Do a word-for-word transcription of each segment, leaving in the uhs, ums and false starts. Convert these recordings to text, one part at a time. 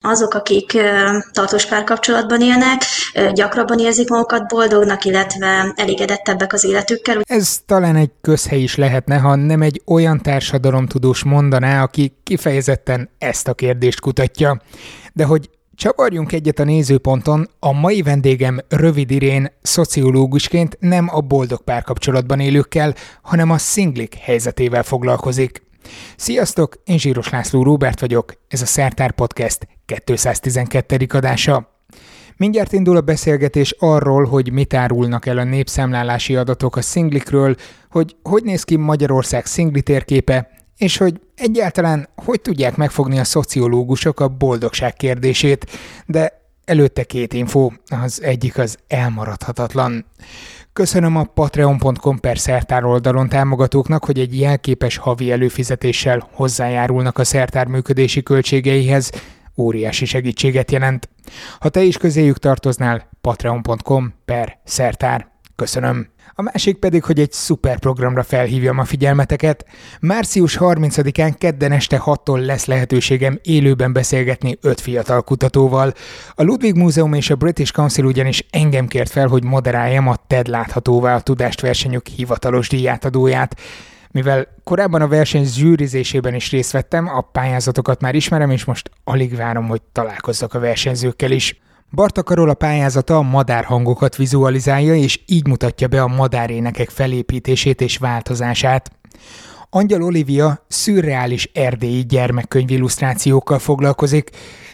azok, akik tartós párkapcsolatban élnek, gyakrabban érzik magukat boldognak, illetve elégedettebbek az életükkel. Ez talán egy közhely is lehetne, ha nem egy olyan társadalomtudós mondaná, aki kifejezetten ezt a kérdést kutatja. De hogy csavarjunk egyet a nézőponton, a mai vendégem Rövid Irén szociológusként nem a boldog párkapcsolatban élőkkel, hanem a szinglik helyzetével foglalkozik. Sziasztok, én Zsíros László Róbert vagyok, ez a Szertár Podcast kétszáztizenkettedik adása. Mindjárt indul a beszélgetés arról, hogy mit árulnak el a népszámlálási adatok a szinglikről, hogy hogy néz ki Magyarország szingli térképe, és hogy egyáltalán hogy tudják megfogni a szociológusok a boldogság kérdését, de előtte két infó, az egyik az elmaradhatatlan. Köszönöm a patreon pont com per szertár oldalon támogatóknak, hogy egy jelképes havi előfizetéssel hozzájárulnak a szertár működési költségeihez, óriási segítséget jelent. Ha te is közéjük tartoznál, patreon pont com per szertár. Köszönöm. A másik pedig, hogy egy szuper programra felhívjam a figyelmeteket. március harmincadikán kedden este hattól lesz lehetőségem élőben beszélgetni öt fiatal kutatóval. A Ludwig Múzeum és a British Council ugyanis engem kért fel, hogy moderáljam a TED láthatóvá a tudást versenyük hivatalos díjátadóját. Mivel korábban a verseny zsűrizésében is részt vettem, a pályázatokat már ismerem, és most alig várom, hogy találkozzak a versenyzőkkel is. Barta Karola pályázata a madárhangokat vizualizálja, és így mutatja be a madárénekek felépítését és változását. Angyal Olivia szürreális erdélyi gyermekkönyv illusztrációkkal foglalkozik.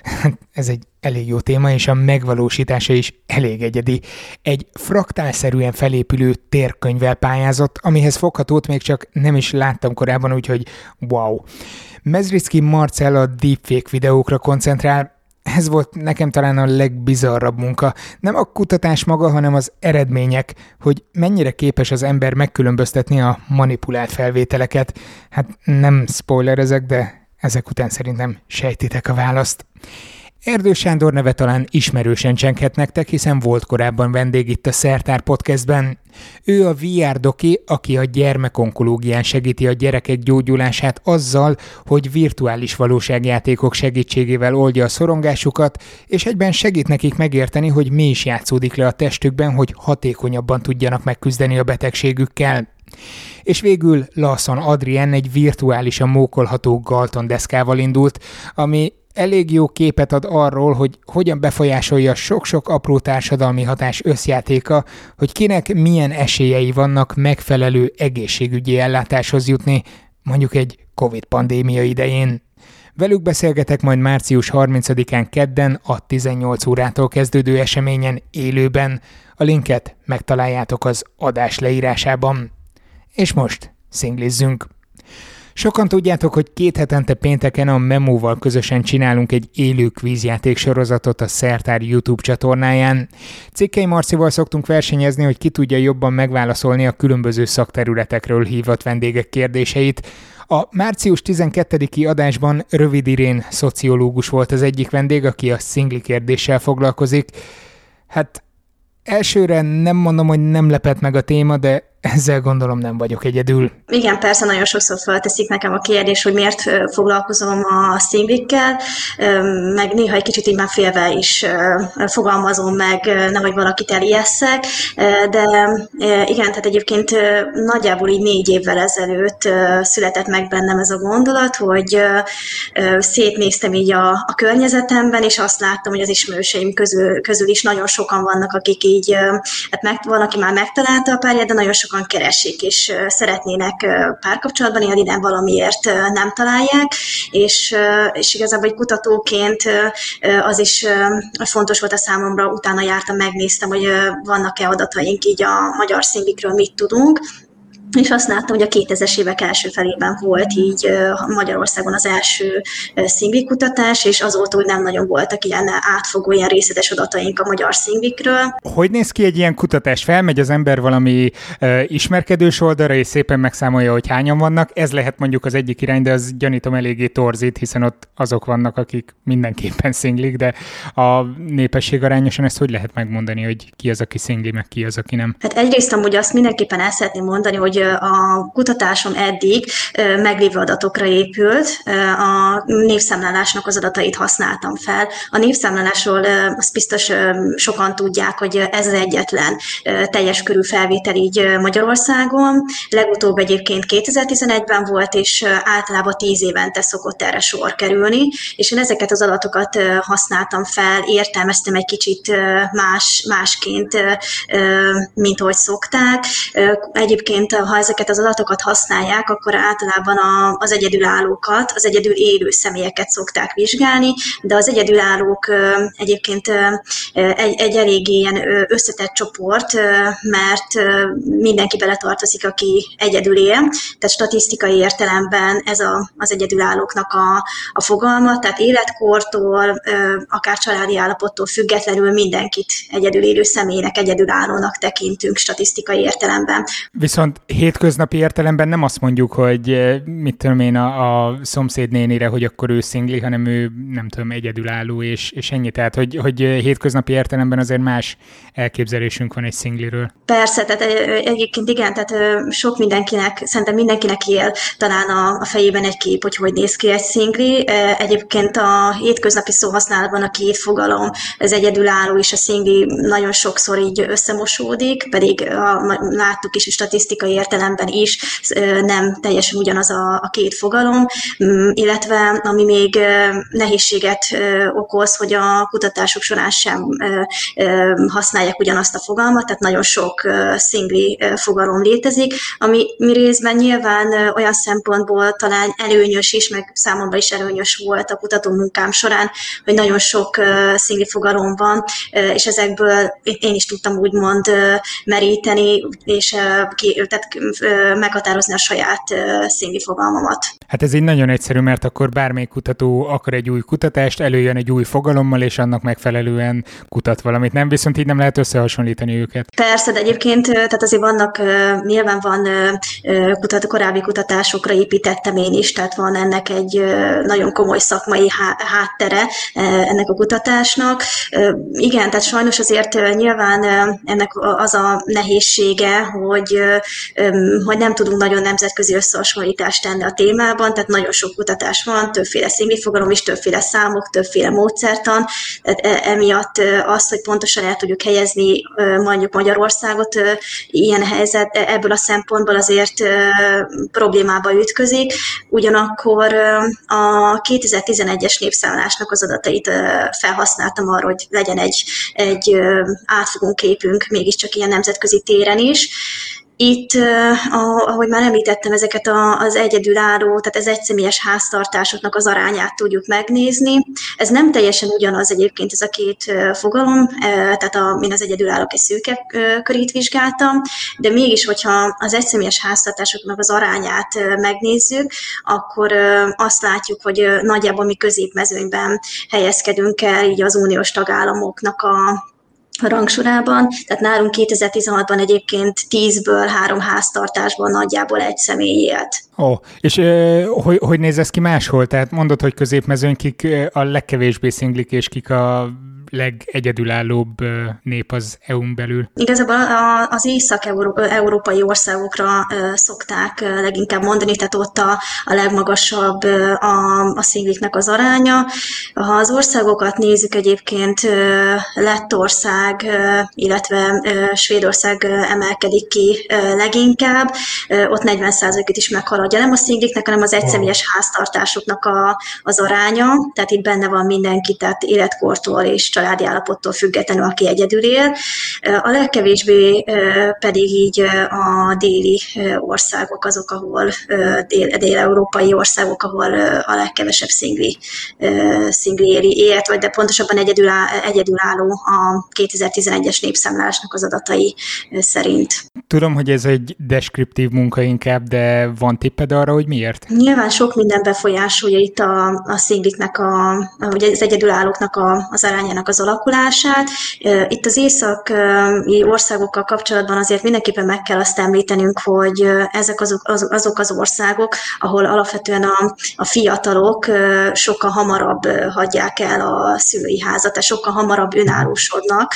Ez egy elég jó téma, és a megvalósítása is elég egyedi. Egy fraktálszerűen felépülő térkönyvvel pályázott, amihez foghatót még csak nem is láttam korábban, úgyhogy wow. Mezricki Marcell a deepfake videókra koncentrál. Ez volt nekem talán a legbizarrabb munka. Nem a kutatás maga, hanem az eredmények, hogy mennyire képes az ember megkülönböztetni a manipulált felvételeket. Hát nem spoilerezek, de ezek után szerintem sejtitek a választ. Erdő Sándor neve talán ismerősen csenghet nektek, hiszen volt korábban vendég itt a Szertár Podcastben. Ő a vé er doki, aki a gyermekonkológián segíti a gyerekek gyógyulását azzal, hogy virtuális valóságjátékok segítségével oldja a szorongásukat, és egyben segít nekik megérteni, hogy mi is játszódik le a testükben, hogy hatékonyabban tudjanak megküzdeni a betegségükkel. És végül Lawson Adrien egy virtuálisan mókolható Galton deszkával indult, ami elég jó képet ad arról, hogy hogyan befolyásolja sok-sok apró társadalmi hatás összjátéka, hogy kinek milyen esélyei vannak megfelelő egészségügyi ellátáshoz jutni, mondjuk egy Covid-pandémia idején. Velük beszélgetek majd március harmincadikán kedden a tizennyolc órától kezdődő eseményen élőben. A linket megtaláljátok az adás leírásában. És most szinglizzünk! Sokan tudjátok, hogy két hetente pénteken a Memóval közösen csinálunk egy élő kvízjáték sorozatot a Szertár YouTube csatornáján. Cikkei Marcival szoktunk versenyezni, hogy ki tudja jobban megválaszolni a különböző szakterületekről hívott vendégek kérdéseit. A március tizenkettediki adásban Rövid Irén szociológus volt az egyik vendég, aki a szingli kérdéssel foglalkozik. Hát elsőre nem mondom, hogy nem lepett meg a téma, de ezzel gondolom nem vagyok egyedül. Igen, persze nagyon sokszor felteszik nekem a kérdés, hogy miért foglalkozom a szinglikkel, meg néha egy kicsit így már félve is fogalmazom meg, nehogy valakit elijesszek, de igen, tehát egyébként nagyjából így négy évvel ezelőtt született meg bennem ez a gondolat, hogy szétnéztem így a, a környezetemben, és azt láttam, hogy az ismerőseim közül, közül is nagyon sokan vannak, akik így, hát meg, van, aki már megtalálta a párját, de nagyon sokan keresik, és szeretnének párkapcsolatban élni, de valamiért nem találják, és, és igazából egy kutatóként az is fontos volt a számomra, utána jártam, megnéztem, hogy vannak-e adataink így a magyar szinglikről, mit tudunk, és azt láttam, hogy a kétezres évek első felében volt így Magyarországon az első szingli kutatás, és azóta úgy nem nagyon voltak ilyen átfogó, ilyen részletes adataink a magyar szinglikről. Hogy néz ki egy ilyen kutatás? Felmegy az ember valami uh, ismerkedős oldalra, és szépen megszámolja, hogy hányan vannak. Ez lehet mondjuk az egyik irány, de az gyanítom eléggé torzít, hiszen ott azok vannak, akik mindenképpen szinglik, de a népesség arányosan ezt hogy lehet megmondani, hogy ki az, aki szingli, meg ki az, aki nem? Hát egyrészt amúgy azt mindenképpen el szeretném mondani, hogy a kutatásom eddig meglévő adatokra épült, a névszámlálásnak az adatait használtam fel. A névszámlálásról azt biztos sokan tudják, hogy ez az egyetlen teljes körű felvétel így Magyarországon. Legutóbb egyébként kétezer-tizenegyben volt, és általában tíz évente szokott erre sor kerülni, és én ezeket az adatokat használtam fel, értelmeztem egy kicsit más, másként, mint ahogy szokták. Egyébként, ha ezeket az adatokat használják, akkor általában az egyedülállókat, az egyedül élő személyeket szokták vizsgálni, de az egyedülállók egyébként egy, egy elég ilyen összetett csoport, mert mindenki beletartozik, aki egyedül él, tehát statisztikai értelemben ez a, az egyedülállóknak a, a fogalma, tehát életkortól, akár családi állapottól függetlenül mindenkit egyedül élő személynek, egyedülállónak tekintünk statisztikai értelemben. Viszont hétköznapi értelemben nem azt mondjuk, hogy mit tudom én a, a szomszédnénire, hogy akkor ő szingli, hanem ő nem tudom, egyedülálló, és, és ennyi. Tehát, hogy, hogy hétköznapi értelemben azért más elképzelésünk van egy szingliről. Persze, tehát egyébként igen, tehát sok mindenkinek, szerintem mindenkinek él talán a, a fejében egy kép, hogy hogy néz ki egy szingli. Egyébként a hétköznapi szóhasználatban a két fogalom, az egyedülálló és a szingli nagyon sokszor így összemosódik, pedig a, láttuk is, a statisztikai értelemben is nem teljesen ugyanaz a, a két fogalom, illetve ami még nehézséget okoz, hogy a kutatások során sem használják ugyanazt a fogalmat, tehát nagyon sok szingli fogalom létezik, ami mi részben nyilván olyan szempontból talán előnyös is, meg számomra is előnyös volt a kutatómunkám során, hogy nagyon sok szingli fogalom van, és ezekből én is tudtam úgymond meríteni, és tehát meghatározni a saját szingli fogalmamat. Hát ez így nagyon egyszerű, mert akkor bármelyik kutató akar egy új kutatást, előjön egy új fogalommal, és annak megfelelően kutat valamit. Nem, viszont így nem lehet összehasonlítani őket. Persze, de egyébként tehát azért vannak, nyilván van kutat, korábbi kutatásokra építettem én is, tehát van ennek egy nagyon komoly szakmai háttere ennek a kutatásnak. Igen, tehát sajnos azért nyilván ennek az a nehézsége, hogy, hogy nem tudunk nagyon nemzetközi összehasonlítást tenni a témában, tehát nagyon sok kutatás van, többféle szingli fogalom is, többféle számok, többféle módszertan, tehát emiatt az, hogy pontosan el tudjuk helyezni mondjuk Magyarországot ilyen helyzet, ebből a szempontból azért problémába ütközik. Ugyanakkor a kétezer-tizenegyes népszámlálásnak az adatait felhasználtam arra, hogy legyen egy, egy átfogó képünk mégiscsak ilyen nemzetközi téren is. Itt, ahogy már említettem, ezeket az egyedülálló, tehát az egyszemélyes háztartásoknak az arányát tudjuk megnézni. Ez nem teljesen ugyanaz egyébként ez a két fogalom, tehát a, én az egyedülállók egy szűkebb körét vizsgáltam, de mégis, hogyha az egyszemélyes háztartásoknak az arányát megnézzük, akkor azt látjuk, hogy nagyjából mi középmezőnyben helyezkedünk el így az uniós tagállamoknak a a rangsorában, tehát nálunk kétezer-tizenhatban egyébként tízből három háztartásban nagyjából egy személy élt. Ó, és ö, hogy, hogy néz ez ki máshol? Tehát mondod, hogy középmezőny, kik a legkevésbé szinglik, és kik a legegyedülállóbb nép az é u-n belül? Igazából az észak-európai országokra szokták leginkább mondani, tehát ott a, a legmagasabb a, a szingliknek az aránya. Ha az országokat nézzük egyébként, Lettország, illetve Svédország emelkedik ki leginkább, ott negyven százalékot is meghaladja nem a szingliknek, hanem az egyszemélyes háztartásoknak a, az aránya, tehát itt benne van mindenki, tehát életkortól és családi állapottól függetlenül, aki egyedül él. A legkevésbé pedig így a déli országok azok, ahol dél, dél-európai országok, ahol a legkevesebb szingli, szingli éri élt, vagy de pontosabban egyedülálló, egyedülálló a kétezer-tizenegyes népszámlálásnak az adatai szerint. Tudom, hogy ez egy deskriptív munka inkább, de van tipped arra, hogy miért? Nyilván sok minden befolyásolja itt a, a szingliknek, a, ugye az egyedülállóknak a, az arányának társadalomnak az alakulását. Itt az északi országokkal kapcsolatban azért mindenképpen meg kell azt említenünk, hogy ezek azok, azok az országok, ahol alapvetően a, a fiatalok sokkal hamarabb hagyják el a szülői házat, tehát sokkal hamarabb önállósodnak,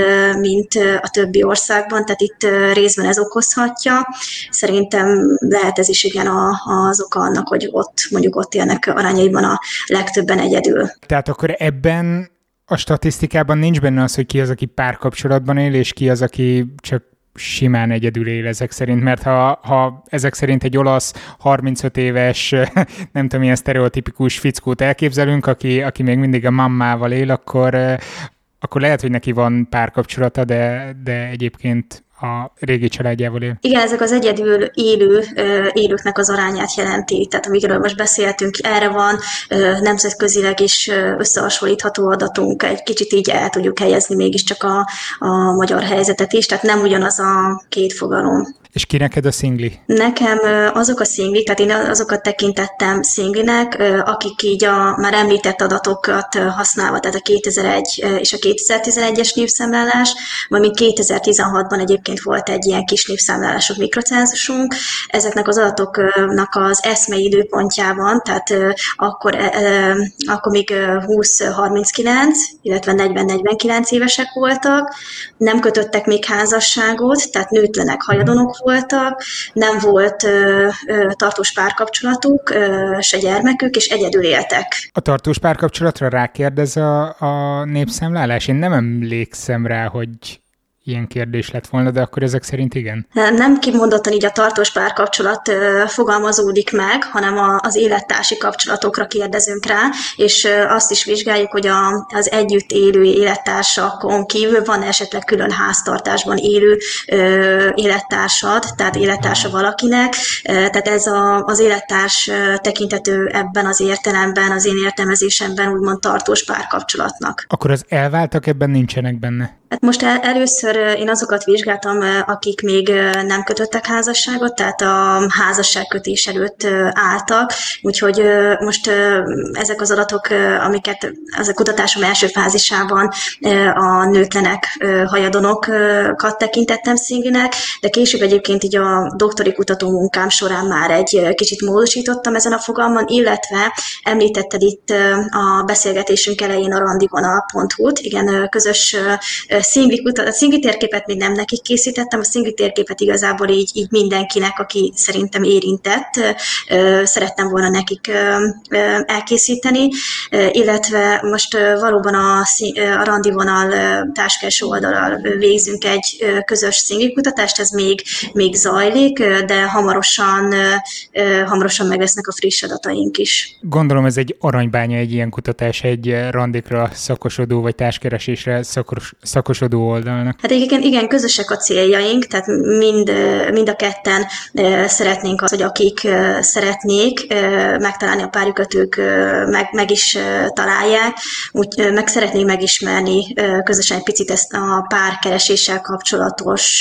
mint a többi országban, tehát itt részben ez okozhatja. Szerintem lehet ez is igen az oka annak, hogy ott mondjuk ott élnek arányaiban a legtöbben egyedül. Tehát akkor ebben a statisztikában nincs benne az, hogy ki az, aki párkapcsolatban él, és ki az, aki csak simán egyedül él ezek szerint, mert ha, ha ezek szerint egy olasz harmincöt éves, nem tudom, milyen sztereotipikus fickót elképzelünk, aki, aki még mindig a mammával él, akkor, akkor lehet, hogy neki van párkapcsolata, de, de egyébként a régi családjával él. Igen, ezek az egyedül élő élőknek az arányát jelenti. Tehát amikről most beszéltünk, erre van nemzetközileg is összehasonlítható adatunk, egy kicsit így el tudjuk helyezni mégiscsak a, a magyar helyzetet is, tehát nem ugyanaz a két fogalom. És ki neked a szingli? Nekem azok a szinglik, tehát én azokat tekintettem szinglinek, akik így a már említett adatokat használva, tehát a kétezer-egy és a kétezer-tizenegyes népszámlálás, valamint kétezer-tizenhatban egyébként volt egy ilyen kis népszámlálások mikrocenzusunk. Ezeknek az adatoknak az eszmei időpontjában, tehát akkor, akkor még húsz-harminckilenc, illetve negyven-negyvenkilenc évesek voltak, nem kötöttek még házasságot, tehát nőtlenek, hajadonok voltak, nem volt ö, ö, tartós párkapcsolatuk, ö, se gyermekük, és egyedül éltek. A tartós párkapcsolatra rákérdez a, a népszámlálás? Én nem emlékszem rá, hogy ilyen kérdés lett volna, de akkor ezek szerint igen? Nem kimondottan így a tartós párkapcsolat fogalmazódik meg, hanem az élettársi kapcsolatokra kérdezünk rá, és azt is vizsgáljuk, hogy az együtt élő élettársakon kívül van esetleg külön háztartásban élő élettársad, tehát élettársa valakinek, tehát ez az élettárs tekintető ebben az értelemben, az én értelmezésemben úgymond tartós párkapcsolatnak. Akkor az elváltak ebben nincsenek benne? Hát most el, először én azokat vizsgáltam, akik még nem kötöttek házasságot, tehát a házasságkötés előtt álltak, úgyhogy most ezek az adatok, amiket az a kutatásom első fázisában a nőtlenek, hajadonokat tekintettem szinglinek, de később egyébként így a doktori kutatómunkám során már egy kicsit módosítottam ezen a fogalmon, illetve említetted itt a beszélgetésünk elején a randivonal pont hu-t, igen, közös szingli, a szingli térképet még nem nekik készítettem, a szingli térképet igazából így, így mindenkinek, aki szerintem érintett, szerettem volna nekik elkészíteni, illetve most valóban a, a randivonal társkereső oldalal végzünk egy közös szingli kutatást, ez még, még zajlik, de hamarosan, hamarosan meg lesznek a friss adataink is. Gondolom ez egy aranybánya, egy ilyen kutatás, egy randikra szakosodó, vagy társkeresésre szakos, szakosodó oldalnak. Hát igen, igen, közösek a céljaink, tehát mind, mind a ketten szeretnénk az, hogy akik szeretnék megtalálni a párjukat, ők meg, meg is találják, úgy meg szeretnénk megismerni közösen egy picit ezt a párkereséssel kapcsolatos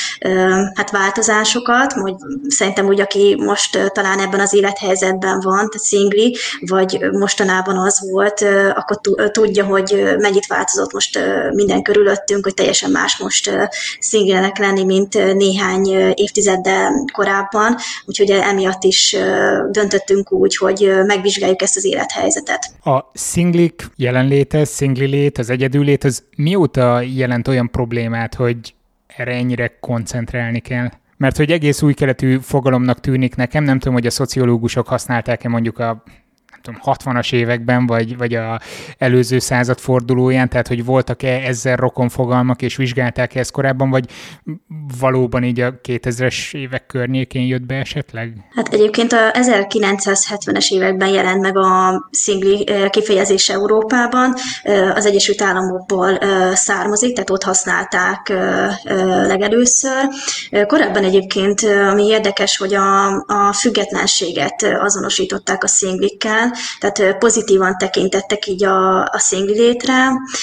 hát változásokat, hogy szerintem úgy, aki most talán ebben az élethelyzetben van, tehát szingli, vagy mostanában az volt, akkor tudja, hogy mennyit változott most minden körülöttünk, hogy teljesen más most szinglenek lenni, mint néhány évtizeddel korábban, úgyhogy emiatt is döntöttünk úgy, hogy megvizsgáljuk ezt az élethelyzetet. A szinglik jelenléte, szingli lét, az egyedüllét, az mióta jelent olyan problémát, hogy erre ennyire koncentrálni kell? Mert hogy egész új keletű fogalomnak tűnik nekem, nem tudom, hogy a szociológusok használták-e mondjuk a tudom, hatvanas években, vagy, vagy a előző század fordulóján, tehát hogy voltak-e ezzel rokon fogalmak, és vizsgálták ezt korábban, vagy valóban így a kétezres évek környékén jött be esetleg? Hát egyébként a ezerkilencszázhetvenes években jelent meg a szingli kifejezés Európában, az Egyesült Államokból származik, tehát ott használták legelőször. Korábban egyébként, ami érdekes, hogy a, a függetlenséget azonosították a szinglikkel, szinglikkel, tehát pozitívan tekintettek így a, a szingli létre.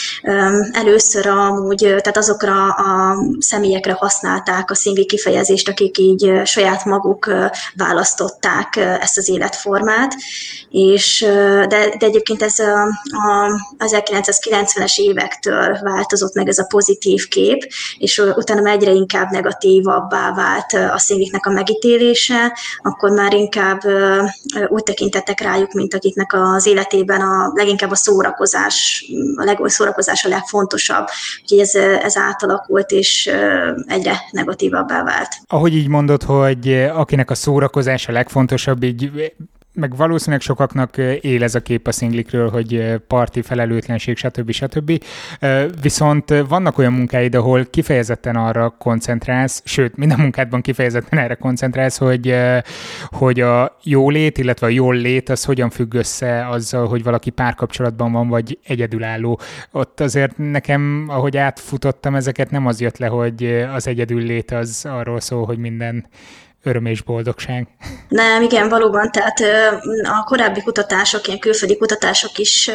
Először amúgy, tehát azokra a személyekre használták a szingli kifejezést, akik így saját maguk választották ezt az életformát, és, de, de egyébként ez a, a ezerkilencszázkilencvenes évektől változott meg ez a pozitív kép, és utána egyre inkább negatívabbá vált a szingliknek a megítélése, akkor már inkább úgy tekintettek rájuk, mint akiknek az életében a leginkább a szórakozás, a legjobb szórakozás a legfontosabb. Úgyhogy ez, ez átalakult, és egyre negatívabbá vált. Ahogy így mondod, hogy akinek a szórakozás a legfontosabb, így meg valószínűleg sokaknak él ez a kép a szinglikről, hogy parti, felelőtlenség, stb. stb. Viszont vannak olyan munkáid, ahol kifejezetten arra koncentrálsz, sőt, minden munkádban kifejezetten erre koncentrálsz, hogy, hogy a jólét, illetve a jól lét, az hogyan függ össze azzal, hogy valaki párkapcsolatban van, vagy egyedülálló. Ott azért nekem, ahogy átfutottam ezeket, nem az jött le, hogy az egyedül lét az arról szól, hogy minden öröm és boldogság. Nem, igen, valóban, tehát a korábbi kutatások, ilyen külföldi kutatások is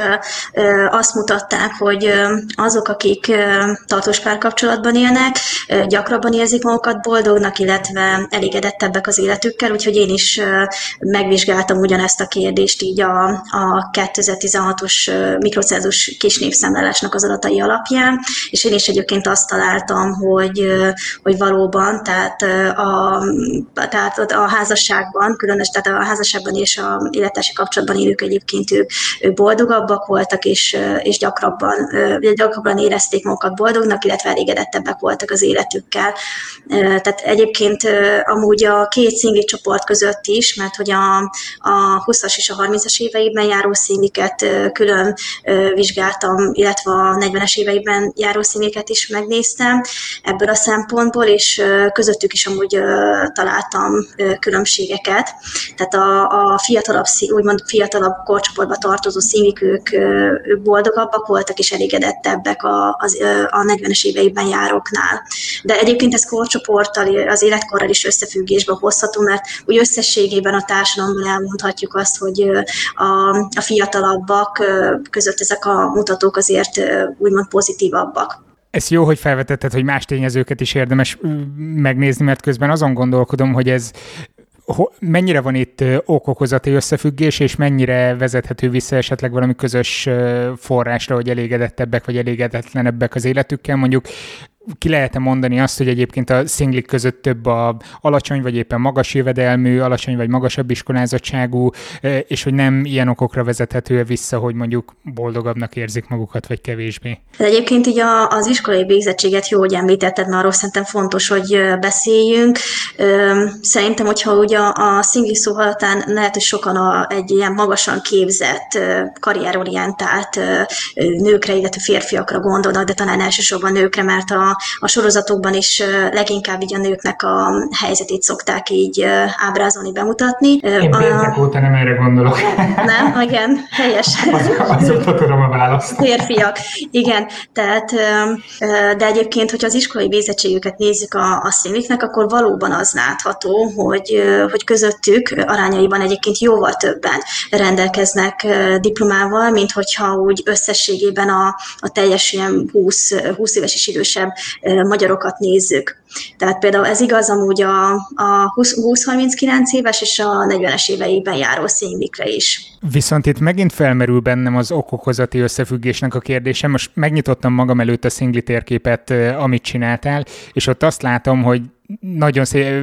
azt mutatták, hogy azok, akik tartós párkapcsolatban élnek, gyakrabban érzik magukat boldognak, illetve elégedettebbek az életükkel, úgyhogy én is megvizsgáltam ugyanezt a kérdést így a, a kétezer-tizenhatos mikrocezus kisnépszámlálásnak az adatai alapján, és én is egyébként azt találtam, hogy, hogy valóban, tehát a tehát a házasságban, különös, tehát a házasságban és a élettársi kapcsolatban élők egyébként ők, ők boldogabbak voltak, és, és gyakrabban, gyakrabban érezték magukat boldognak, illetve elégedettebbek voltak az életükkel. Tehát egyébként amúgy a két szingli csoport között is, mert hogy a, a huszas és a harmincas éveiben járó szingliket külön vizsgáltam, illetve a negyvenes éveiben járó szingliket is megnéztem ebből a szempontból, és közöttük is amúgy találtam különbségeket. Tehát a, a fiatalabb, úgymond fiatalabb korcsoportba tartozó szinglik, ők, ők boldogabbak voltak és elégedettebbek a, az, a negyvenes éveiben járóknál. De egyébként ez korcsoporttal, az életkorral is összefüggésbe hozható, mert úgy összességében a társadalomban elmondhatjuk azt, hogy a, a fiatalabbak között ezek a mutatók azért úgymond pozitívabbak. Ez jó, hogy felvetetted, hogy más tényezőket is érdemes megnézni, mert közben azon gondolkodom, hogy ez mennyire van itt ok-okozati összefüggés, és mennyire vezethető vissza esetleg valami közös forrásra, hogy elégedettebbek vagy elégedetlenebbek az életükkel. Mondjuk ki lehet-e mondani azt, hogy egyébként a szinglik között több a alacsony vagy éppen magas jövedelmű, alacsony vagy magasabb iskolázottságú, és hogy nem ilyen okokra vezethető vissza, hogy mondjuk boldogabbnak érzik magukat, vagy kevésbé? De egyébként így az iskolai végzettséget jó, hogy említetted, mert arról szerintem fontos, hogy beszéljünk. Szerintem, hogyha ugye a szingli szó halatán lehet, hogy sokan a, egy ilyen magasan képzett, karrierorientált nőkre, illetve férfiakra gondolnak, de talán elsősorban nőkre, mert a A sorozatokban is leginkább így a nőknek a helyzetét szokták így ábrázolni, bemutatni. Én péntek a... óta nem erre gondolok. Nem? Igen, helyes. Azóta tudom a választ. Férfiak. Igen, tehát, de egyébként, hogyha az iskolai végzettségüket nézzük a, a szingliknek, akkor valóban az látható, hogy, hogy közöttük arányaiban egyébként jóval többen rendelkeznek diplomával, mint hogyha úgy összességében a, a teljes ilyen húsz, húsz éves és idősebb magyarokat nézzük. Tehát például ez igaz amúgy a, a húsz-harminckilenc éves és a negyvenes éveiben járó szinglikre is. Viszont itt megint felmerül bennem az ok-okozati összefüggésnek a kérdése. Most megnyitottam magam előtt a szingli térképet, amit csináltál, és ott azt látom, hogy nagyon szép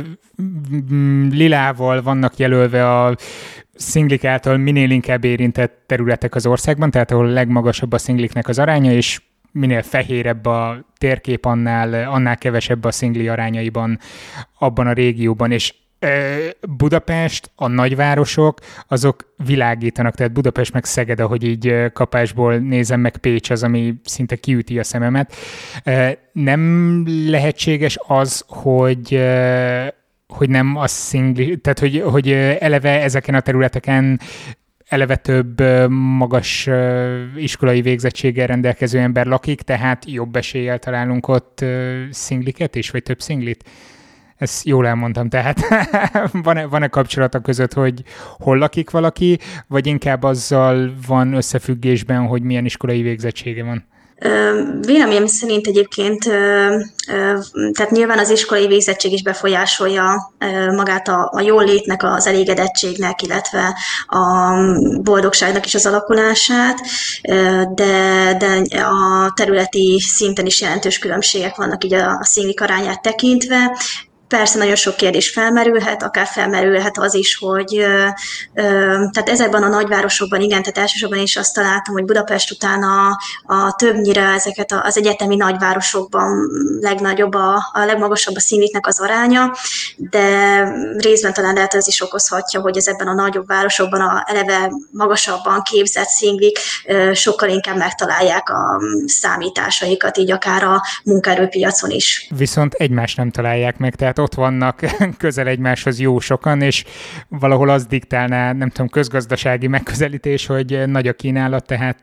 lilával vannak jelölve a szinglik által minél inkább érintett területek az országban, tehát ahol a legmagasabb a szingliknek az aránya, és minél fehérebb a térkép, annál, annál kevesebb a szingli arányaiban abban a régióban, és e, Budapest, a nagyvárosok, azok világítanak, tehát Budapest meg Szeged, ahogy így kapásból nézem, meg Pécs az, ami szinte kiüti a szememet. E, nem lehetséges az, hogy e, hogy nem a szingli, tehát hogy, hogy eleve ezeken a területeken eleve több magas iskolai végzettséggel rendelkező ember lakik, tehát jobb eséllyel találunk ott szingliket is, vagy több szinglit? Ezt jól elmondtam, tehát van-e, van-e kapcsolata között, hogy hol lakik valaki, vagy inkább azzal van összefüggésben, hogy milyen iskolai végzettsége van? Véleményem szerint egyébként, tehát nyilván az iskolai végzettség is befolyásolja magát a, a jól létnek, az elégedettségnek, illetve a boldogságnak is az alakulását, de, de a területi szinten is jelentős különbségek vannak így a, a szinglik arányát tekintve. Persze nagyon sok kérdés felmerülhet, akár felmerülhet az is, hogy ö, ö, tehát ezekben a nagyvárosokban, igen, tehát elsősorban is azt találtam, hogy Budapest után a, a többnyire ezeket az egyetemi nagyvárosokban legnagyobb, a, a legmagasabb a szingliknek az aránya, de részben talán lehet az is okozhatja, hogy ezekben a nagyobb városokban a eleve magasabban képzett szinglik ö, sokkal inkább megtalálják a számításaikat, így akár a munkaerőpiacon is. Viszont egymást nem találják meg, tehát ott vannak közel egymáshoz jó sokan, és valahol az diktálná, nem tudom, közgazdasági megközelítés, hogy nagy a kínálat, tehát,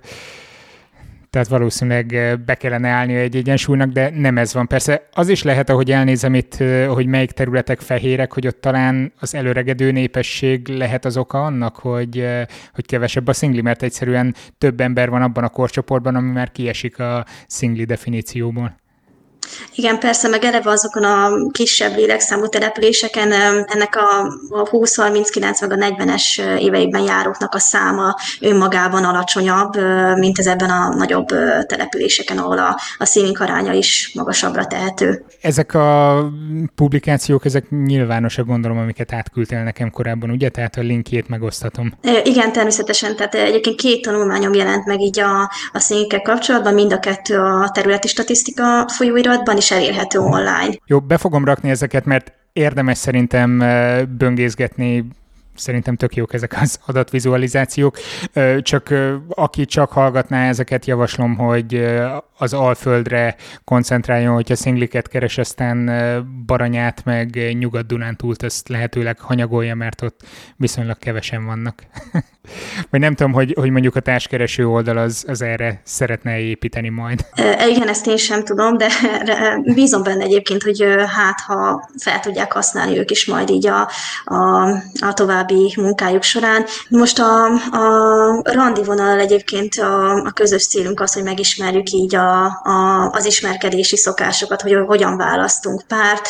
tehát valószínűleg be kellene állni egy egyensúlynak, de nem ez van. Persze az is lehet, ahogy elnézem itt, hogy melyik területek fehérek, hogy ott talán az előregedő népesség lehet az oka annak, hogy, hogy kevesebb a szingli, mert egyszerűen több ember van abban a korcsoportban, ami már kiesik a szingli definícióból. Igen, persze, meg eleve azokon a kisebb lélekszámú településeken ennek a, a húsz harminckilenc meg a negyvenes éveiben járóknak a száma önmagában alacsonyabb, mint ez ebben a nagyobb településeken, ahol a, a szinglik aránya is magasabbra tehető. Ezek a publikációk, ezek nyilvánosak, gondolom, amiket átküldtél nekem korábban, ugye? Tehát a linkjét megosztatom. Igen, természetesen. Tehát egyébként két tanulmányom jelent meg így a, a szinglikkel kapcsolatban, mind a kettő a területi statisztika folyóiratban is elérhető online. Jó, be fogom rakni ezeket, mert érdemes szerintem böngészgetni, szerintem tök jók ezek az adatvizualizációk, csak aki csak hallgatná ezeket, javaslom, hogy az Alföldre koncentráljon, hogyha szingliket keres, aztán Baranyát meg Nyugat-Dunántúlt ezt lehetőleg hanyagolja, mert ott viszonylag kevesen vannak. Vagy nem tudom, hogy, hogy mondjuk a társkereső oldal az, az erre szeretne építeni majd. E, igen, ezt én sem tudom, de bízom benne egyébként, hogy hát ha fel tudják használni ők is majd így a, a, a további munkájuk során. Most a, a randi vonal egyébként a, a közös célunk az, hogy megismerjük így a, a, az ismerkedési szokásokat, hogy hogyan választunk párt.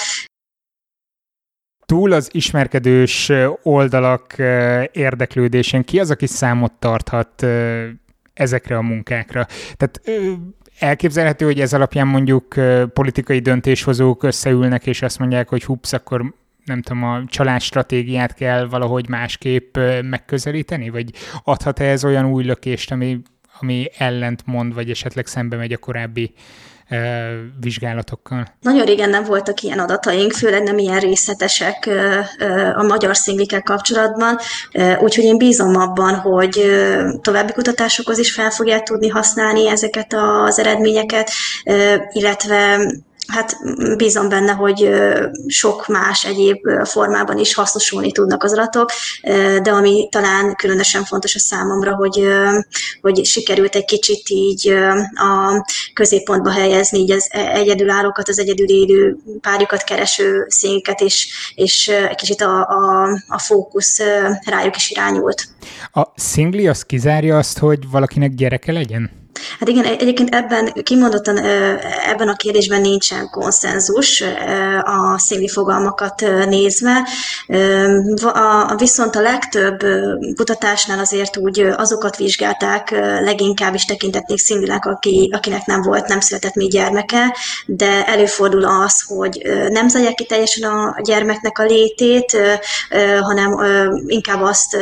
Túl az ismerkedős oldalak érdeklődésén ki az, aki számot tarthat ezekre a munkákra? Tehát elképzelhető, hogy ez alapján mondjuk politikai döntéshozók összeülnek, és azt mondják, hogy hups, akkor nem tudom, a családstratégiát kell valahogy másképp megközelíteni? Vagy adhat-e ez olyan új lökést, ami, ami ellentmond, vagy esetleg szembe megy a korábbi vizsgálatokkal? Nagyon régen nem voltak ilyen adataink, főleg nem ilyen részletesek a magyar szinglikkel kapcsolatban, úgyhogy én bízom abban, hogy további kutatásokhoz is fel fogják tudni használni ezeket az eredményeket, illetve hát bízom benne, hogy sok más egyéb formában is hasznosulni tudnak az adatok, de ami talán különösen fontos a számomra, hogy, hogy sikerült egy kicsit így a középpontba helyezni így az egyedülállókat, az egyedül élő párjukat kereső szingliket, és, és egy kicsit a, a, a fókusz rájuk is irányult. A szingli az kizárja azt, hogy valakinek gyereke legyen? Hát igen, egyébként ebben kimondottan ebben a kérdésben nincsen konszenzus a szingli fogalmakat nézve, viszont a legtöbb kutatásnál azért úgy azokat vizsgálták, leginkább is tekintették szinglinek, aki, akinek nem volt, nem született még gyermeke, de előfordul az, hogy nem zárják ki teljesen a gyermeknek a létét, hanem inkább azt,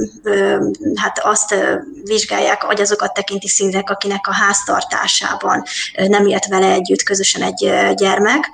hát azt vizsgálják, hogy azokat tekinti szinglinek, akinek a háztartásában nem élt vele együtt közösen egy gyermek.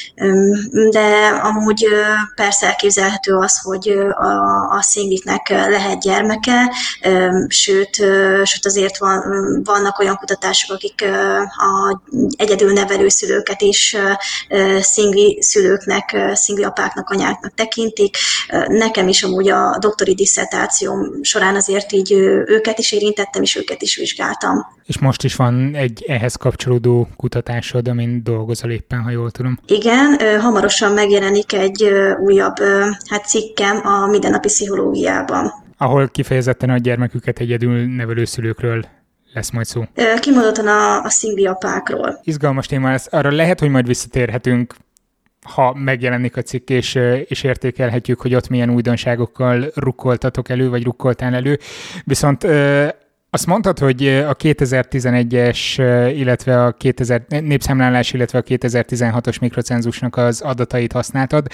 De amúgy persze elképzelhető az, hogy a, a szingliknek lehet gyermeke, sőt, sőt azért van, vannak olyan kutatások, akik a egyedül nevelő szülőket is szingli szülőknek, szingli apáknak, anyáknak tekintik. Nekem is amúgy a doktori disszertációm során azért így őket is érintettem, és őket is vizsgáltam. És most is van egy ehhez kapcsolódó kutatásod, amin dolgozol éppen, ha jól tudom. Igen, hamarosan megjelenik egy újabb hát cikkem a Mindennapi Pszichológiában. Ahol kifejezetten a gyermeküket egyedül nevelő szülőkről lesz majd szó. Kimondottan a, a szingli apákról. Izgalmas téma lesz. Arra lehet, hogy majd visszatérhetünk, ha megjelenik a cikk, és, és értékelhetjük, hogy ott milyen újdonságokkal rukkoltatok elő, vagy rukkoltál elő. Viszont azt mondtad, hogy a kétezer-tizenegyes, illetve a kétezer népszámlálás, illetve a kétezer-tizenhatos mikrocenzusnak az adatait használtad.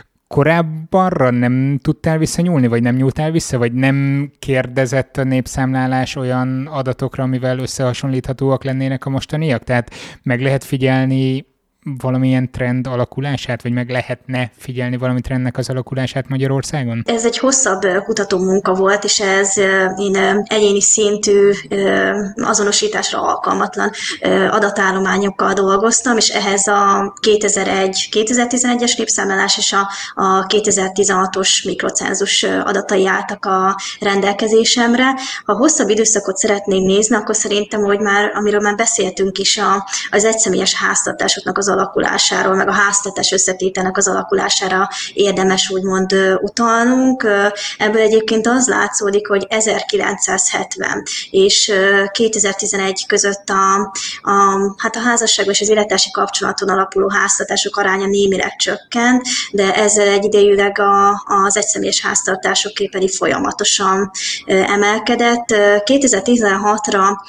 Korábbanra nem tudtál visszanyúlni, vagy nem nyúltál vissza, vagy nem kérdezett a népszámlálás olyan adatokra, amivel összehasonlíthatóak lennének a mostaniak? Tehát meg lehet figyelni valamilyen trend alakulását, vagy meg lehetne figyelni valami trendnek az alakulását Magyarországon? Ez egy hosszabb kutatómunka volt, és ez én egyéni szintű azonosításra alkalmatlan adatállományokkal dolgoztam, és ehhez a kétezer-egy kétezer-tizenegyes népszámlálás és a, a kétezer-tizenhatos mikrocenzus adatai álltak a rendelkezésemre. Ha hosszabb időszakot szeretnénk nézni, akkor szerintem, hogy már, amiről már beszéltünk is, a, az egyszemélyes háztartásoknak az alakulásáról, meg a háztartás összetételnek az alakulására érdemes úgymond utalnunk. Ebből egyébként az látszódik, hogy ezerkilencszázhetven és kétezer-tizenegy között a, a, hát a házasságos és az élettársi kapcsolaton alapuló háztartások aránya némileg csökkent, de ezzel egyidejűleg a, az egyszemélyes háztartások pedig folyamatosan emelkedett. kétezer-tizenhatra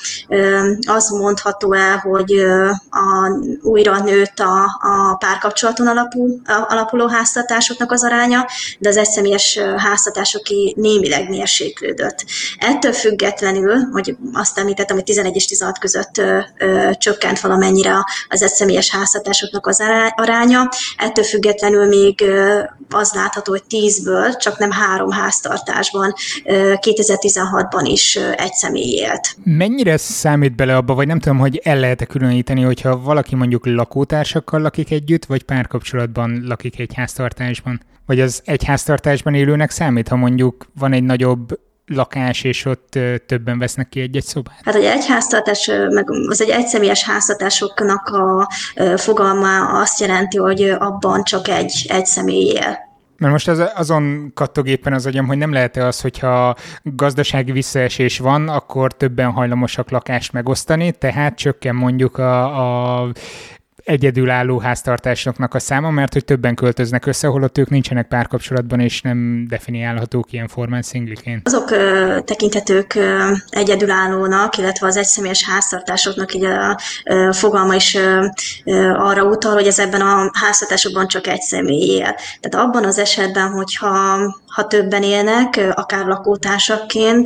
az mondható el, hogy a, újra nőtt a, a párkapcsolaton alapú, alapuló háztartásoknak az aránya, de az egyszemélyes háztartásoké némileg mérséklődött. Ettől függetlenül, hogy azt említettem, hogy tizenegy és tizenhat között ö, ö, csökkent valamennyire az egyszemélyes háztartásoknak az aránya, ettől függetlenül még ö, az látható, hogy tízből csak nem három háztartásban ö, kétezer-tizenhatban is ö, egy személy élt. Mennyire számít bele abba, vagy nem tudom, hogy el lehet-e különíteni, hogyha valaki mondjuk lakótársakkal lakik együtt, vagy párkapcsolatban lakik egy háztartásban? Vagy az egy háztartásban élőnek számít, ha mondjuk van egy nagyobb lakás, és ott többen vesznek ki egy-egy szobát? Hát egy egyháztartás, meg az egy egyszemélyes háztartásoknak a fogalma azt jelenti, hogy abban csak egy, egy személy él. Mert most az, azon kattog éppen az agyam, hogy nem lehet-e az, hogyha gazdasági visszaesés van, akkor többen hajlamosak lakást megosztani, tehát csökken mondjuk a, a egyedülálló háztartásoknak a száma, mert hogy többen költöznek össze, holott ők nincsenek párkapcsolatban, és nem definiálhatók ilyen formán szingliként. Azok ö, tekinthetők ö, egyedülállónak, illetve az egyszemélyes háztartásoknak így a ö, fogalma is ö, ö, arra utal, hogy ez ebben a háztartásokban csak egy személy él. Tehát abban az esetben, hogyha ha többen élnek, akár lakótársakként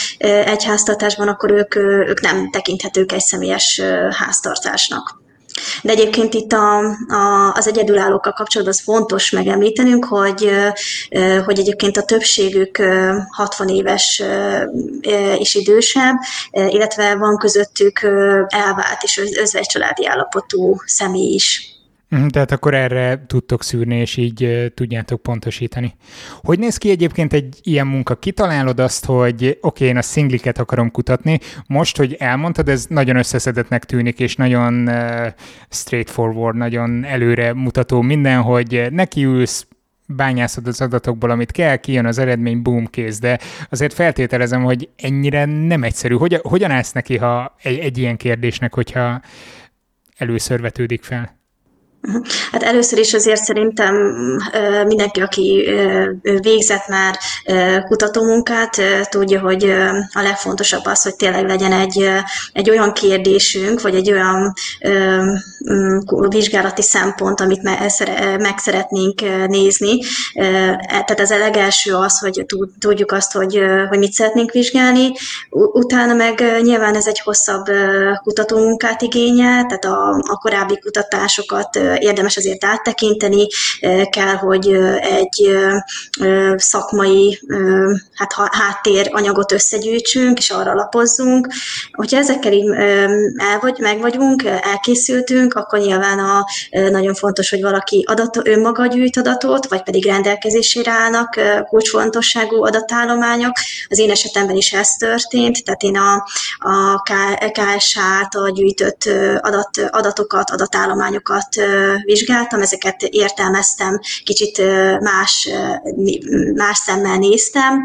egy háztartásban, akkor ők, ők nem tekinthetők egyszemélyes háztartásnak. De egyébként itt a, a, az egyedülállókkal kapcsolatban az fontos megemlítenünk, hogy, hogy egyébként a többségük hatvan éves és idősebb, illetve van közöttük elvált és özvegycsaládi állapotú személy is. Tehát akkor erre tudtok szűrni, és így tudjátok pontosítani. Hogy néz ki egyébként egy ilyen munka? Kitalálod azt, hogy oké, okay, én a szingliket akarom kutatni. Most, hogy elmondtad, ez nagyon összeszedettnek tűnik, és nagyon uh, straightforward, nagyon előre mutató minden, hogy nekiülsz, bányászod az adatokból, amit kell, kijön az eredmény, boom, kész. De azért feltételezem, hogy ennyire nem egyszerű. Hogy, hogyan állsz neki, ha egy, egy ilyen kérdésnek, hogyha először vetődik fel? Hát először is azért szerintem mindenki, aki végzett már kutatómunkát, tudja, hogy a legfontosabb az, hogy tényleg legyen egy, egy olyan kérdésünk, vagy egy olyan vizsgálati szempont, amit meg szeretnénk nézni. Tehát ez a legelső az, hogy tudjuk azt, hogy, hogy mit szeretnénk vizsgálni. Utána meg nyilván ez egy hosszabb kutatómunkát igényel, tehát a, a korábbi kutatásokat érdemes azért áttekinteni, kell, hogy egy szakmai hát, háttéranyagot összegyűjtsünk, és arra alapozzunk. Hogyha ezekkel így el vagy, meg vagyunk, elkészültünk, akkor nyilván a, nagyon fontos, hogy valaki adat, önmaga gyűjt adatot, vagy pedig rendelkezésére állnak kulcsfontosságú adatállományok. Az én esetemben is ez történt, tehát én a, a ká es há által gyűjtött adat, adatokat, adatállományokat vizsgáltam, ezeket értelmeztem, kicsit más, más szemmel néztem.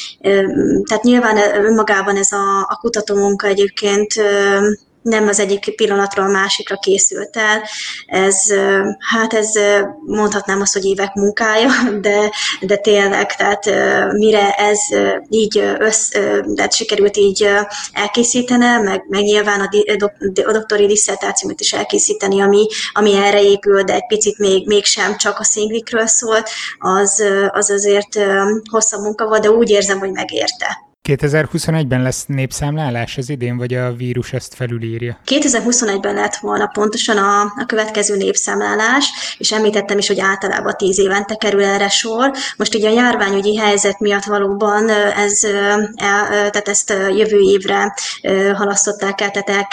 Tehát nyilván önmagában ez a, a kutatómunka egyébként nem az egyik pillanatról a másikra készült el. Ez, hát ez mondhatnám azt, hogy évek munkája, de, de tényleg, tehát mire ez így össz, tehát sikerült így elkészítene, meg, meg nyilván a, do, a doktori disszertációmat is elkészíteni, ami, ami erre épül, de egy picit még, mégsem csak a szingvikről szólt, az, az azért hosszabb munka volt, de úgy érzem, hogy megérte. kétezer-huszonegyben lesz népszámlálás az idén, vagy a vírus ezt felülírja? kétezer-huszonegyben lett volna pontosan a, a következő népszámlálás, és említettem is, hogy általában tíz évente kerül erre sor. Most így a járványügyi helyzet miatt valóban ez, tehát ezt jövő évre halasztották el, tehát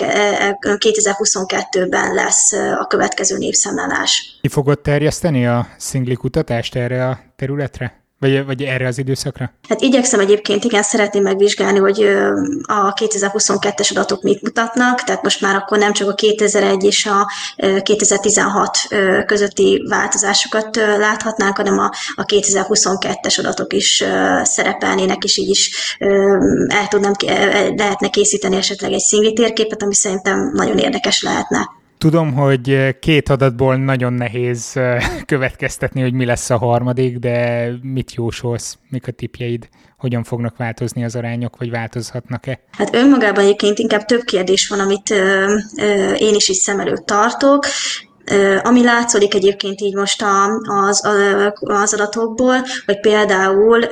kétezer-huszonkettőben lesz a következő népszámlálás. Ki fogod terjeszteni a szingli kutatást erre a területre? Vagy, vagy erre az időszakra? Hát igyekszem egyébként, igen, szeretném megvizsgálni, hogy a kétezer-huszonkettes adatok mit mutatnak, tehát most már akkor nem csak a kétezer-egy és a kétezer-tizenhat közötti változásokat láthatnánk, hanem a, a kétezer-huszonkettes adatok is szerepelnének, és így is el tudnám, lehetne készíteni esetleg egy szingli térképet, ami szerintem nagyon érdekes lehetne. Tudom, hogy két adatból nagyon nehéz következtetni, hogy mi lesz a harmadik, de mit jósolsz? Mik a tippjeid? Hogyan fognak változni az arányok, vagy változhatnak-e? Hát önmagában egyébként inkább több kérdés van, amit ö, ö, én is így szem előtt tartok. Ami látszódik egyébként így most az, az adatokból, hogy például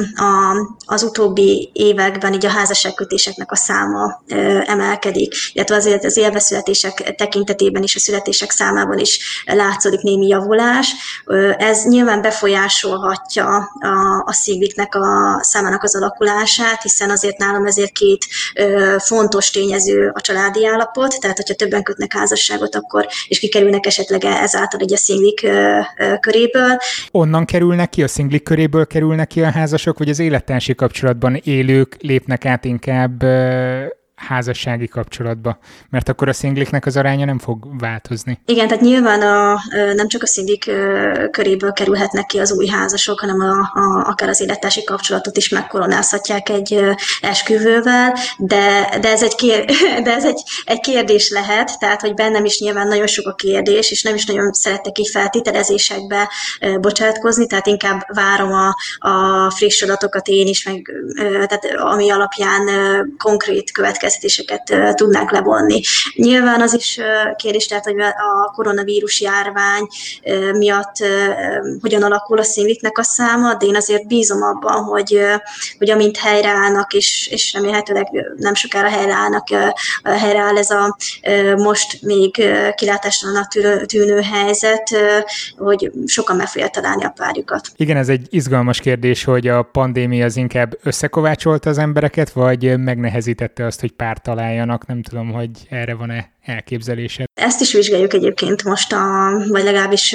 az utóbbi években így a házasságkötéseknek a száma emelkedik, illetve azért az élveszületések tekintetében is, a születések számában is látszódik némi javulás. Ez nyilván befolyásolhatja a, a szingviknek a számának az alakulását, hiszen azért nálam ezért két fontos tényező a családi állapot, tehát hogyha többen kötnek házasságot, akkor és kikerülnek esetleg ezáltal egy a szinglik köréből. Onnan kerülnek ki, a szinglik köréből kerülnek ki a házasok, vagy az élettársi kapcsolatban élők lépnek át inkább házassági kapcsolatba, mert akkor a szingliknek az aránya nem fog változni. Igen, tehát nyilván a, nem csak a szinglik köréből kerülhetnek ki az új házasok, hanem a, a, akár az élettársi kapcsolatot is megkoronázhatják egy esküvővel, de, de ez, egy, kér, de ez egy, egy kérdés lehet, tehát hogy bennem is nyilván nagyon sok a kérdés, és nem is nagyon szeretek így feltételezésekbe bocsátkozni, tehát inkább várom a, a friss adatokat én is, meg, tehát ami alapján konkrét következtetéseket tudnánk levonni. Nyilván az is kérdés, tehát, hogy a koronavírus járvány miatt hogyan alakul a szingviknek a száma, de én azért bízom abban, hogy, hogy amint helyreállnak, és, és remélhetőleg nem sokára helyreállnak, helyreáll ez a most még kilátástalannak tűnő helyzet, hogy sokan meg fogják találni a párjukat. Igen, ez egy izgalmas kérdés, hogy a pandémia az inkább összekovácsolta az embereket, vagy megnehezítette azt, hogy párt találjanak, nem tudom, hogy erre van-e elképzelésed. Ezt is vizsgáljuk egyébként most, a, vagy legalábbis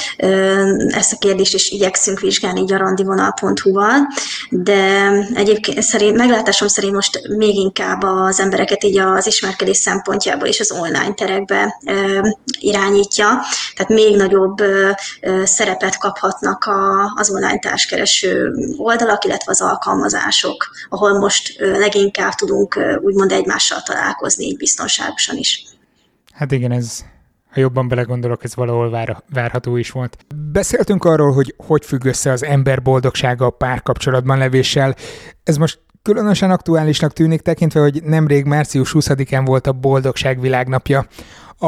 ezt a kérdést is igyekszünk vizsgálni így a randivonal pont hu-val, de egyébként szerint, meglátásom szerint most még inkább az embereket így az ismerkedés szempontjából és az online terekbe irányítja, tehát még nagyobb szerepet kaphatnak a, az online társkereső oldalak, illetve az alkalmazások, ahol most leginkább tudunk úgymond egymással találkozni, így biztonságosan is. Hát igen, ez, ha jobban belegondolok, ez valahol vár, várható is volt. Beszéltünk arról, hogy hogy függ össze az ember boldogsága a párkapcsolatban levéssel. Ez most különösen aktuálisnak tűnik tekintve, hogy nemrég március huszadikán volt a Boldogság Világnapja. A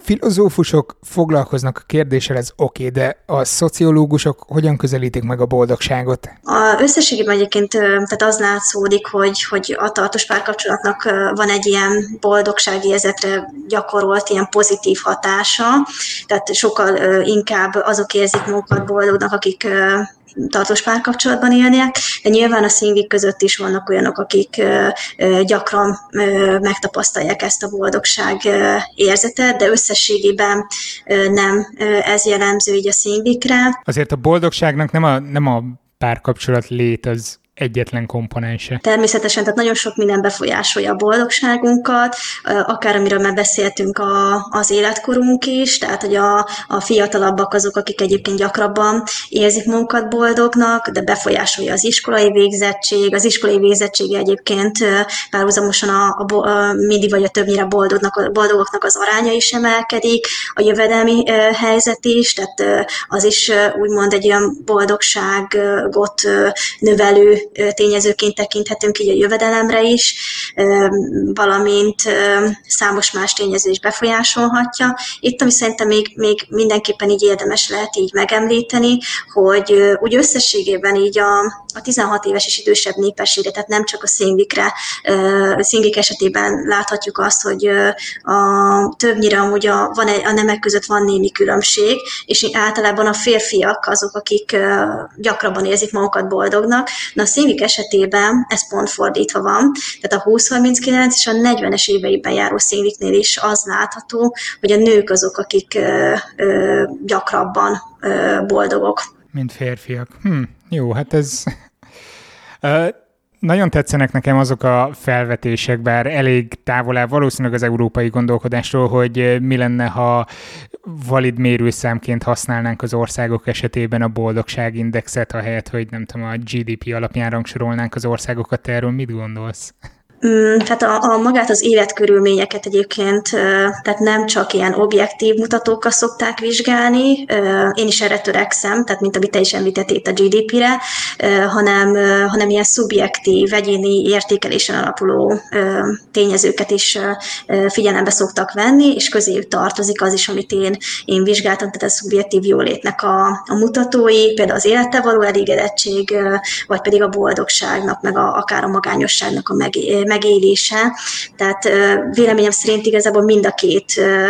Filozófusok foglalkoznak a kérdéssel, ez oké, okay, de a szociológusok hogyan közelítik meg a boldogságot? A összességében egyébként tehát az látszódik, hogy, hogy a tartós párkapcsolatnak van egy ilyen boldogsági érzetre gyakorolt ilyen pozitív hatása, tehát sokkal inkább azok érzik magukat boldognak, akik tartós párkapcsolatban élnek, de nyilván a szingvik között is vannak olyanok, akik gyakran megtapasztalják ezt a boldogság érzetet, de összességében nem ez jellemző így a szingvikre. Azért a boldogságnak nem a, nem a párkapcsolat lét az egyetlen komponense. Természetesen, tehát nagyon sok minden befolyásolja a boldogságunkat, akár amiről már beszéltünk a, az életkorunk is, tehát hogy a, a fiatalabbak azok, akik egyébként gyakrabban érzik magukat boldognak, de befolyásolja az iskolai végzettség, az iskolai végzettség egyébként párhuzamosan a, a, a mindig vagy a többnyire boldognak, boldogoknak az aránya is emelkedik, a jövedelmi helyzet is, tehát az is úgymond egy olyan boldogságot növelő tényezőként tekinthetünk így a jövedelemre is, valamint számos más tényező is befolyásolhatja. Itt, ami szerintem még, még mindenképpen így érdemes lehet így megemlíteni, hogy úgy összességében így a, a tizenhat éves és idősebb népességre, tehát nem csak a szingvikre, a szingvik esetében láthatjuk azt, hogy a, többnyire amúgy a, van egy, a nemek között van némi különbség, és általában a férfiak azok, akik gyakrabban érzik magukat boldognak. Na, a szingvik esetében ez pont fordítva van, tehát a húsz harminckilenc és a negyvenes éveiben járó szingviknél is az látható, hogy a nők azok, akik ö, ö, gyakrabban ö, boldogok. Mint férfiak. Hm, jó, hát ez... Nagyon tetszenek nekem azok a felvetések, bár elég távol áll valószínűleg az európai gondolkodásról, hogy mi lenne, ha valid mérőszámként használnánk az országok esetében a boldogságindexet, ahelyett, hogy nem tudom, a gé dé pé alapján rangsorolnánk az országokat. Te erről mit gondolsz? Tehát a, a magát az életkörülményeket egyébként, tehát nem csak ilyen objektív mutatókkal szokták vizsgálni, én is erre törekszem, tehát mint amit te is említettél a gé dé pére, hanem, hanem ilyen szubjektív, egyéni értékelésen alapuló tényezőket is figyelembe szoktak venni, és közéjük tartozik az is, amit én, én vizsgáltam, tehát a szubjektív jólétnek a, a mutatói, például az élettel való elégedettség, vagy pedig a boldogságnak, meg a, akár a magányosságnak a megé- megélése. Tehát véleményem szerint igazából mind a két,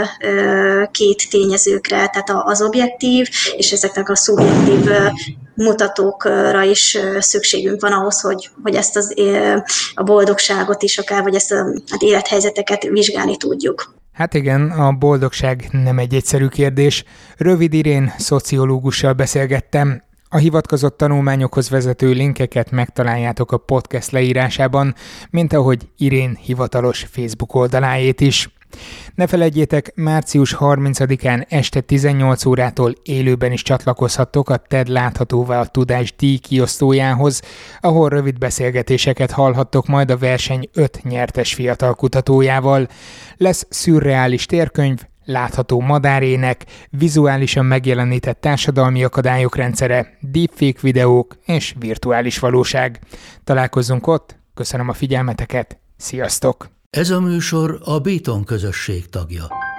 két tényezőkre, tehát az objektív és ezeknek a szubjektív mutatókra is szükségünk van ahhoz, hogy, hogy ezt az, a boldogságot is akár, vagy ezt az élethelyzeteket vizsgálni tudjuk. Hát igen, a boldogság nem egy egyszerű kérdés. Rövid Irén szociológussal beszélgettem. A hivatkozott tanulmányokhoz vezető linkeket megtaláljátok a podcast leírásában, mint ahogy Irén hivatalos Facebook oldaláét is. Ne feledjétek, március harmincadikán este tizennyolc órától élőben is csatlakozhattok a TED Láthatóvá a Tudás díj kiosztójához, ahol rövid beszélgetéseket hallhattok majd a verseny öt nyertes fiatal kutatójával. Lesz szürreális térkönyv, látható madárének, vizuálisan megjelenített társadalmi akadályok rendszere, deepfake videók és virtuális valóság. Találkozzunk ott, köszönöm a figyelmeteket, sziasztok! Ez a műsor a Béton közösség tagja.